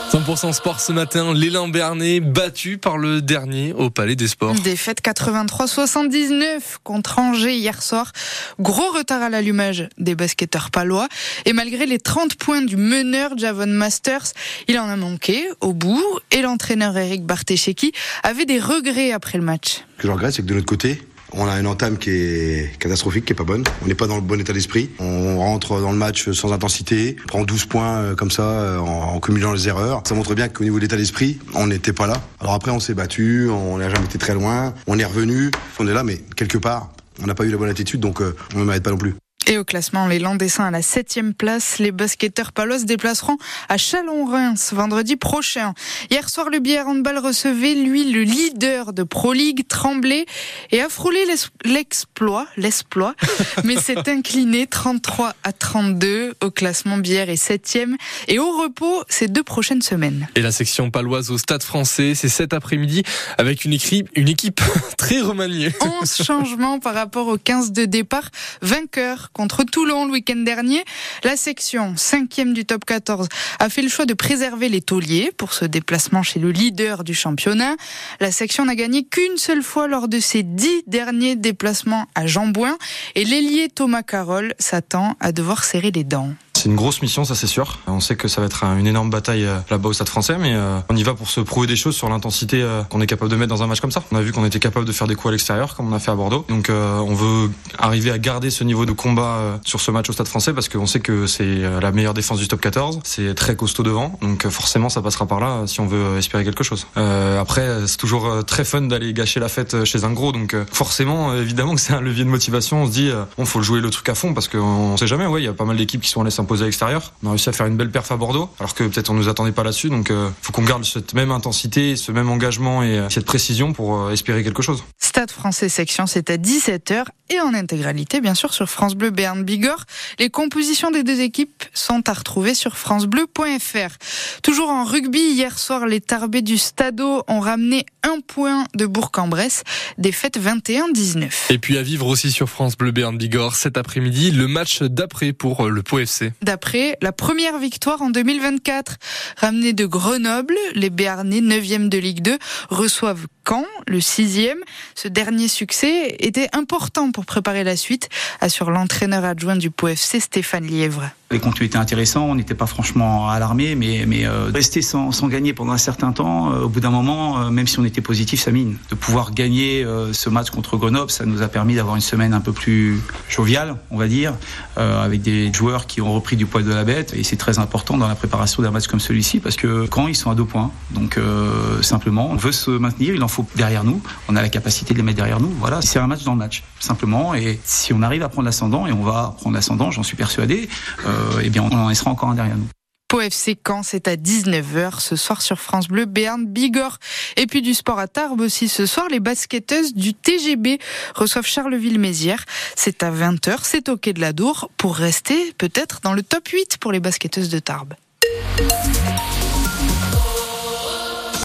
100% sport ce matin, l'élan Bernay battu par le dernier au Palais des Sports. Défaite 83-79 contre Angers hier soir. Gros retard à l'allumage des basketteurs palois. Et malgré les 30 points du meneur Javon Masters, il en a manqué au bout. Et l'entraîneur Eric Bartesheki avait des regrets après le match. Ce que je regrette, c'est que de notre côté, on a une entame qui est catastrophique, qui est pas bonne. On n'est pas dans le bon état d'esprit. On rentre dans le match sans intensité, on prend 12 points comme ça en cumulant les erreurs. Ça montre bien qu'au niveau de l'état d'esprit, on n'était pas là. Alors après, on s'est battu, on n'a jamais été très loin, on est revenu, on est là, mais quelque part, on n'a pas eu la bonne attitude, donc on ne mérite pas non plus. Et au classement, les Landessins à la 7e place. Les basketteurs palois se déplaceront à Chalon-Reims vendredi prochain. Hier soir, le Bière Handball recevait, lui, le leader de Pro League, Tremblay, et a frôlé l'exploit, mais s'est incliné 33-32. Au classement, Bière est 7e et au repos ces 2 prochaines semaines. Et la section paloise au Stade Français, c'est cet après-midi avec une équipe très remaniée. 11 changements par rapport aux 15 de départ, vainqueur contre Toulon le week-end dernier. La section 5e du top 14 a fait le choix de préserver les tauliers pour ce déplacement chez le leader du championnat. La section n'a gagné qu'une seule fois lors de ses 10 derniers déplacements à Jambouin et l'ailier Thomas Carole s'attend à devoir serrer les dents. C'est une grosse mission, ça c'est sûr. On sait que ça va être une énorme bataille là-bas au Stade Français, mais on y va pour se prouver des choses sur l'intensité qu'on est capable de mettre dans un match comme ça. On a vu qu'on était capable de faire des coups à l'extérieur, comme on a fait à Bordeaux. Donc on veut arriver à garder ce niveau de combat sur ce match au Stade Français, parce qu'on sait que c'est la meilleure défense du top 14. C'est très costaud devant, donc forcément ça passera par là si on veut espérer quelque chose. Après, c'est toujours très fun d'aller gâcher la fête chez un gros, donc forcément, évidemment que c'est un levier de motivation. On se dit, faut le jouer le truc à fond, parce qu'on sait jamais. Ouais, il y a pas mal d'équipes qui sont allées s'imposer à l'extérieur. On a réussi à faire une belle perf à Bordeaux, alors que peut-être on nous attendait pas là-dessus. Donc faut qu'on garde cette même intensité, ce même engagement et cette précision pour espérer quelque chose. Stade Français section, c'est à 17h et en intégralité bien sûr sur France Bleu Béarn Bigorre. Les compositions des 2 équipes sont à retrouver sur francebleu.fr. Toujours en rugby, hier soir les Tarbés du Stadeau ont ramené 1 point de Bourg-en-Bresse, défaite 21-19. Et puis à vivre aussi sur France Bleu Béarn Bigorre cet après-midi, le match d'après pour le Pau FC. D'après la première victoire en 2024, ramenée de Grenoble, les Béarnais 9e de Ligue 2 reçoivent Caen, le 6e. Ce dernier succès était important pour préparer la suite, assure l'entraîneur adjoint du Pau FC, Stéphane Lièvre. Les contenus étaient intéressants, on n'était pas franchement alarmés, mais rester sans gagner pendant un certain temps, au bout d'un moment, même si on était positif, ça mine. De pouvoir gagner ce match contre Grenoble, ça nous a permis d'avoir une semaine un peu plus joviale, on va dire, avec des joueurs qui ont repris du poil de la bête, et c'est très important dans la préparation d'un match comme celui-ci, parce que quand ils sont à 2 points, donc simplement, on veut se maintenir, il en faut derrière nous, on a la capacité de les mettre derrière nous, voilà, c'est un match dans le match, simplement, et si on arrive à prendre l'ascendant, et on va prendre l'ascendant, j'en suis persuadé, eh bien on en sera encore un derrière nous. Pau FC Caen, c'est à 19h ce soir sur France Bleu Béarn Bigorre. Et puis du sport à Tarbes aussi ce soir, les basketteuses du TGB reçoivent Charleville-Mézières. C'est à 20h, c'est au quai de la Dour pour rester peut-être dans le top 8 pour les basketteuses de Tarbes.